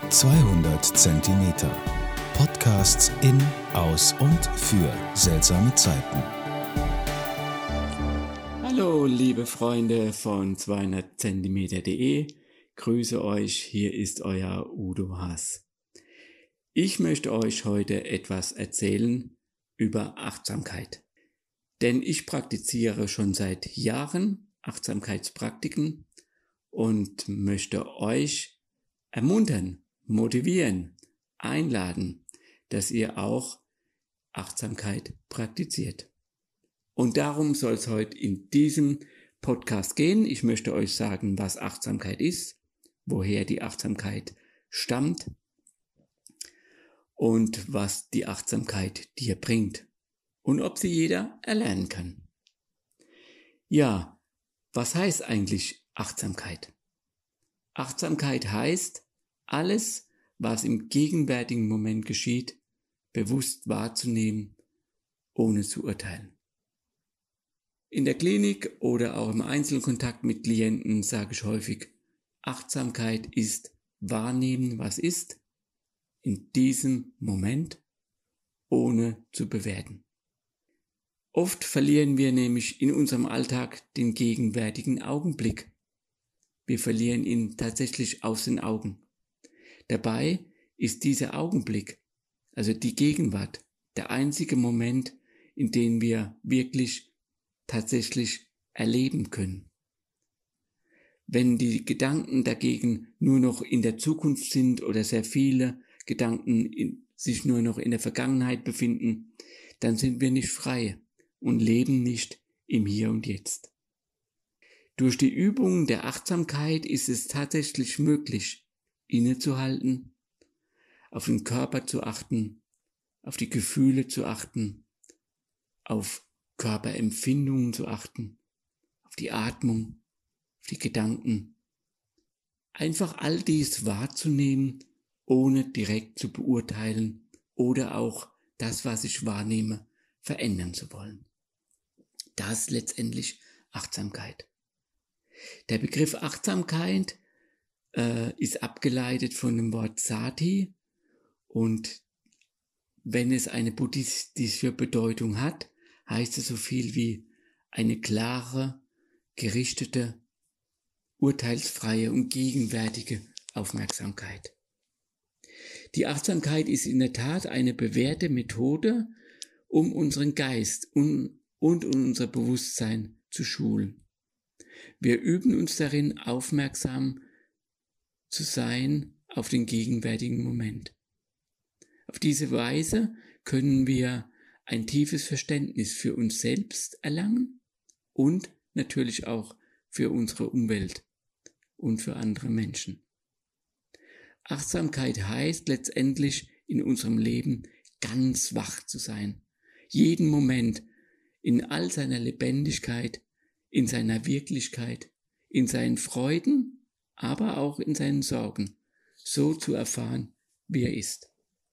200 Zentimeter. Podcasts in, aus und für seltsame Zeiten. Hallo liebe Freunde von 200cm.de, grüße euch, hier ist euer Udo Haas. Ich möchte euch heute etwas erzählen über Achtsamkeit. Denn ich praktiziere schon seit Jahren Achtsamkeitspraktiken und möchte euch ermuntern, motivieren, einladen, dass ihr auch Achtsamkeit praktiziert. Und darum soll es heute in diesem Podcast gehen. Ich möchte euch sagen, was Achtsamkeit ist, woher die Achtsamkeit stammt und was die Achtsamkeit dir bringt und ob sie jeder erlernen kann. Ja, was heißt eigentlich Achtsamkeit? Achtsamkeit heißt, alles, was im gegenwärtigen Moment geschieht, bewusst wahrzunehmen, ohne zu urteilen. In der Klinik oder auch im Einzelkontakt mit Klienten sage ich häufig, Achtsamkeit ist wahrnehmen, was ist, in diesem Moment, ohne zu bewerten. Oft verlieren wir nämlich in unserem Alltag den gegenwärtigen Augenblick. Wir verlieren ihn tatsächlich aus den Augen. Dabei ist dieser Augenblick, also die Gegenwart, der einzige Moment, in dem wir wirklich tatsächlich erleben können. Wenn die Gedanken dagegen nur noch in der Zukunft sind oder sehr viele Gedanken sich nur noch in der Vergangenheit befinden, dann sind wir nicht frei und leben nicht im Hier und Jetzt. Durch die Übung der Achtsamkeit ist es tatsächlich möglich, innezuhalten, auf den Körper zu achten, auf die Gefühle zu achten, auf Körperempfindungen zu achten, auf die Atmung, auf die Gedanken. Einfach all dies wahrzunehmen, ohne direkt zu beurteilen oder auch das, was ich wahrnehme, verändern zu wollen. Das ist letztendlich Achtsamkeit. Der Begriff Achtsamkeit ist abgeleitet von dem Wort Sati und wenn es eine buddhistische Bedeutung hat, heißt es so viel wie eine klare, gerichtete, urteilsfreie und gegenwärtige Aufmerksamkeit. Die Achtsamkeit ist in der Tat eine bewährte Methode, um unseren Geist und unser Bewusstsein zu schulen. Wir üben uns darin, aufmerksam zu sein auf den gegenwärtigen Moment. Auf diese Weise können wir ein tiefes Verständnis für uns selbst erlangen und natürlich auch für unsere Umwelt und für andere Menschen. Achtsamkeit heißt letztendlich in unserem Leben ganz wach zu sein, jeden Moment in all seiner Lebendigkeit, in seiner Wirklichkeit, in seinen Freuden, aber auch in seinen Sorgen, so zu erfahren, wie er ist.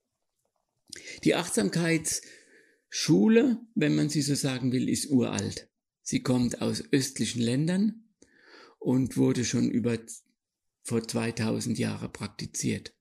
Die Achtsamkeitsschule, wenn man sie so sagen will, ist uralt. Sie kommt aus östlichen Ländern und wurde schon vor 2000 Jahren praktiziert.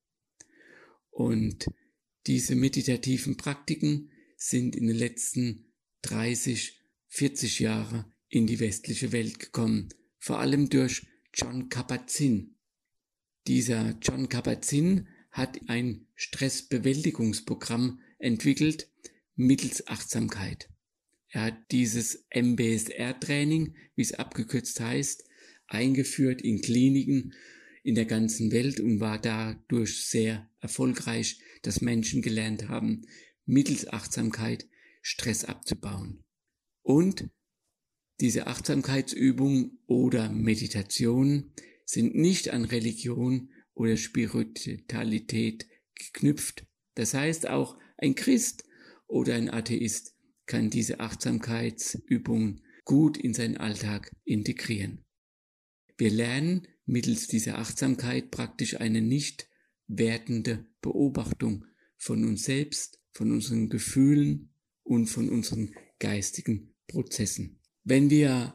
Und diese meditativen Praktiken sind in den letzten 30, 40 Jahren in die westliche Welt gekommen, vor allem durch Jon Kabat-Zinn. Dieser Jon Kabat-Zinn hat ein Stressbewältigungsprogramm entwickelt mittels Achtsamkeit. Er hat dieses MBSR-Training, wie es abgekürzt heißt, eingeführt in Kliniken in der ganzen Welt und war dadurch sehr erfolgreich, dass Menschen gelernt haben, mittels Achtsamkeit Stress abzubauen. Und diese Achtsamkeitsübungen oder Meditationen sind nicht an Religion oder Spiritualität geknüpft. Das heißt, auch ein Christ oder ein Atheist kann diese Achtsamkeitsübungen gut in seinen Alltag integrieren. Wir lernen mittels dieser Achtsamkeit praktisch eine nicht wertende Beobachtung von uns selbst, von unseren Gefühlen und von unseren geistigen Prozessen. Wenn wir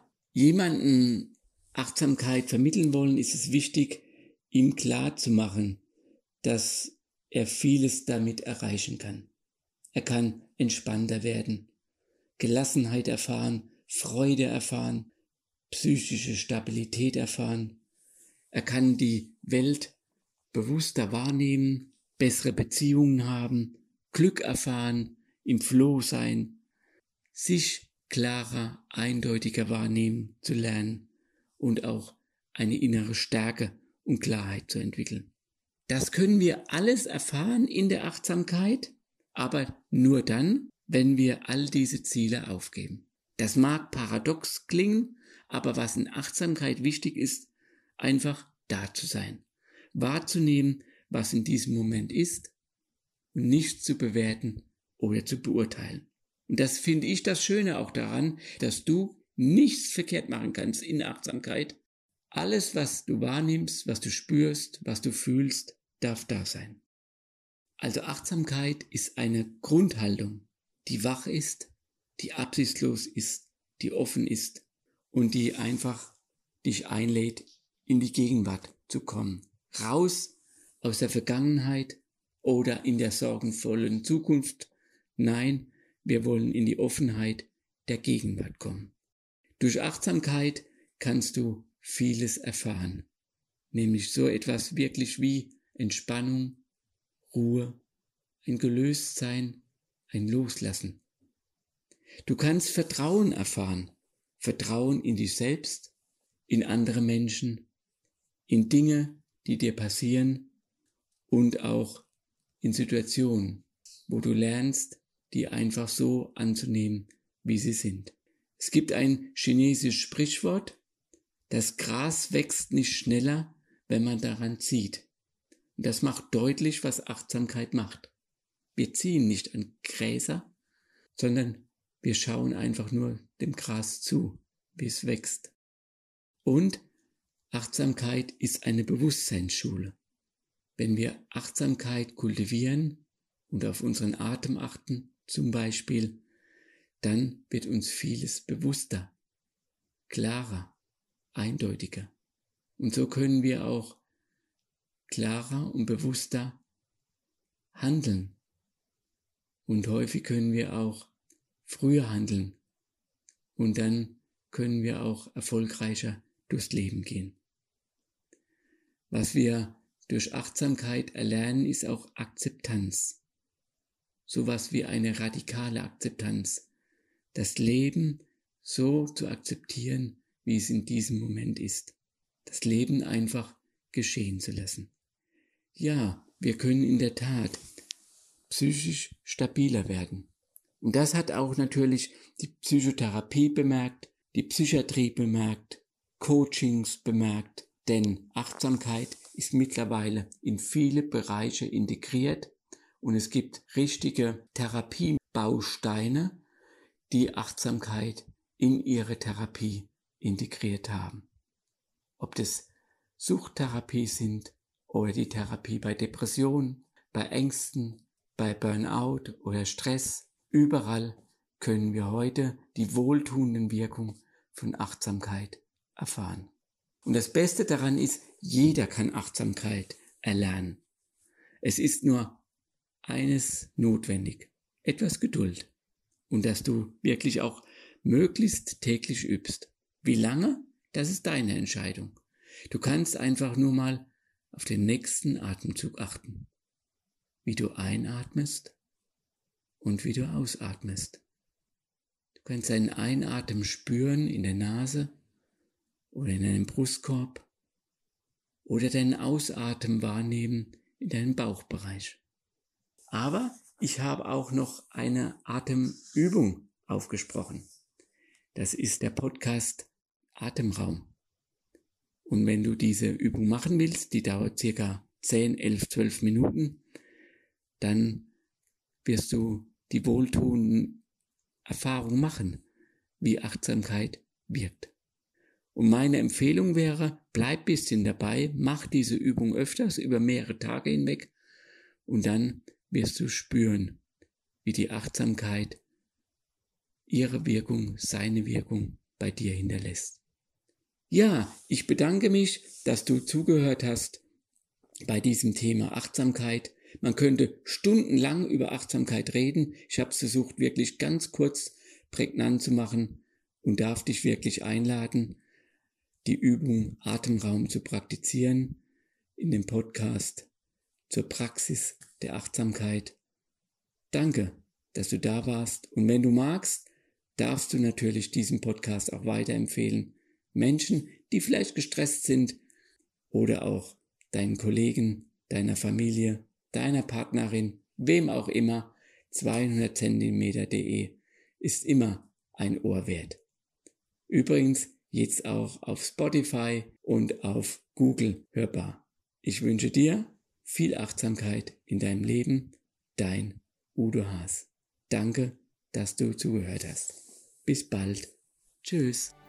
jemanden Achtsamkeit vermitteln wollen, ist es wichtig, ihm klar zu machen, dass er vieles damit erreichen kann. Er kann entspannter werden, Gelassenheit erfahren, Freude erfahren, psychische Stabilität erfahren. Er kann die Welt bewusster wahrnehmen, bessere Beziehungen haben, Glück erfahren, im Flow sein, sich klarer, eindeutiger wahrnehmen zu lernen und auch eine innere Stärke und Klarheit zu entwickeln. Das können wir alles erfahren in der Achtsamkeit, aber nur dann, wenn wir all diese Ziele aufgeben. Das mag paradox klingen, aber was in Achtsamkeit wichtig ist, einfach da zu sein, wahrzunehmen, was in diesem Moment ist und nicht zu bewerten oder zu beurteilen. Und das finde ich das Schöne auch daran, dass du nichts verkehrt machen kannst in Achtsamkeit. Alles, was du wahrnimmst, was du spürst, was du fühlst, darf da sein. Also Achtsamkeit ist eine Grundhaltung, die wach ist, die absichtslos ist, die offen ist und die einfach dich einlädt, in die Gegenwart zu kommen. Raus aus der Vergangenheit oder in der sorgenvollen Zukunft. Nein, wir wollen in die Offenheit der Gegenwart kommen. Durch Achtsamkeit kannst du vieles erfahren, nämlich so etwas wirklich wie Entspannung, Ruhe, ein Gelöstsein, ein Loslassen. Du kannst Vertrauen erfahren, Vertrauen in dich selbst, in andere Menschen, in Dinge, die dir passieren und auch in Situationen, wo du lernst, die einfach so anzunehmen, wie sie sind. Es gibt ein chinesisches Sprichwort: Das Gras wächst nicht schneller, wenn man daran zieht. Und das macht deutlich, was Achtsamkeit macht. Wir ziehen nicht an Gräser, sondern wir schauen einfach nur dem Gras zu, wie es wächst. Und Achtsamkeit ist eine Bewusstseinsschule. Wenn wir Achtsamkeit kultivieren und auf unseren Atem achten, zum Beispiel, dann wird uns vieles bewusster, klarer, eindeutiger. Und so können wir auch klarer und bewusster handeln. Und häufig können wir auch früher handeln. Und dann können wir auch erfolgreicher durchs Leben gehen. Was wir durch Achtsamkeit erlernen, ist auch Akzeptanz. Sowas wie eine radikale Akzeptanz. Das Leben so zu akzeptieren, wie es in diesem Moment ist. Das Leben einfach geschehen zu lassen. Ja, wir können in der Tat psychisch stabiler werden. Und das hat auch natürlich die Psychotherapie bemerkt, die Psychiatrie bemerkt, Coachings bemerkt, denn Achtsamkeit ist mittlerweile in viele Bereiche integriert und es gibt richtige Therapiebausteine, die Achtsamkeit in ihre Therapie integriert haben. Ob das Suchttherapie sind oder die Therapie bei Depressionen, bei Ängsten, bei Burnout oder Stress, überall können wir heute die wohltuenden Wirkungen von Achtsamkeit erfahren. Und das Beste daran ist, jeder kann Achtsamkeit erlernen. Es ist nur eines notwendig: etwas Geduld. Und dass du wirklich auch möglichst täglich übst. Wie lange? Das ist deine Entscheidung. Du kannst einfach nur mal auf den nächsten Atemzug achten. Wie du einatmest und wie du ausatmest. Du kannst deinen Einatmen spüren in der Nase oder in deinem Brustkorb oder deinen Ausatmen wahrnehmen in deinem Bauchbereich. Aber ich habe auch noch eine Atemübung aufgesprochen. Das ist der Podcast Atemraum. Und wenn du diese Übung machen willst, die dauert circa 10, 11, 12 Minuten, dann wirst du die wohltuenden Erfahrungen machen, wie Achtsamkeit wirkt. Und meine Empfehlung wäre, bleib ein bisschen dabei, mach diese Übung öfters über mehrere Tage hinweg und dann wirst du spüren, wie die Achtsamkeit ihre Wirkung, seine Wirkung bei dir hinterlässt. Ja, ich bedanke mich, dass du zugehört hast bei diesem Thema Achtsamkeit. Man könnte stundenlang über Achtsamkeit reden. Ich habe es versucht, wirklich ganz kurz, prägnant zu machen und darf dich wirklich einladen, die Übung Atemraum zu praktizieren in dem Podcast zur Praxis der Achtsamkeit. Danke, dass du da warst, und wenn du magst, darfst du natürlich diesen Podcast auch weiterempfehlen. Menschen, die vielleicht gestresst sind, oder auch deinen Kollegen, deiner Familie, deiner Partnerin, wem auch immer. 200cm.de ist immer ein Ohr wert. Übrigens jetzt auch auf Spotify und auf Google hörbar. Ich wünsche dir viel Achtsamkeit in deinem Leben. Dein Udo Haas. Danke, dass du zugehört hast. Bis bald. Tschüss.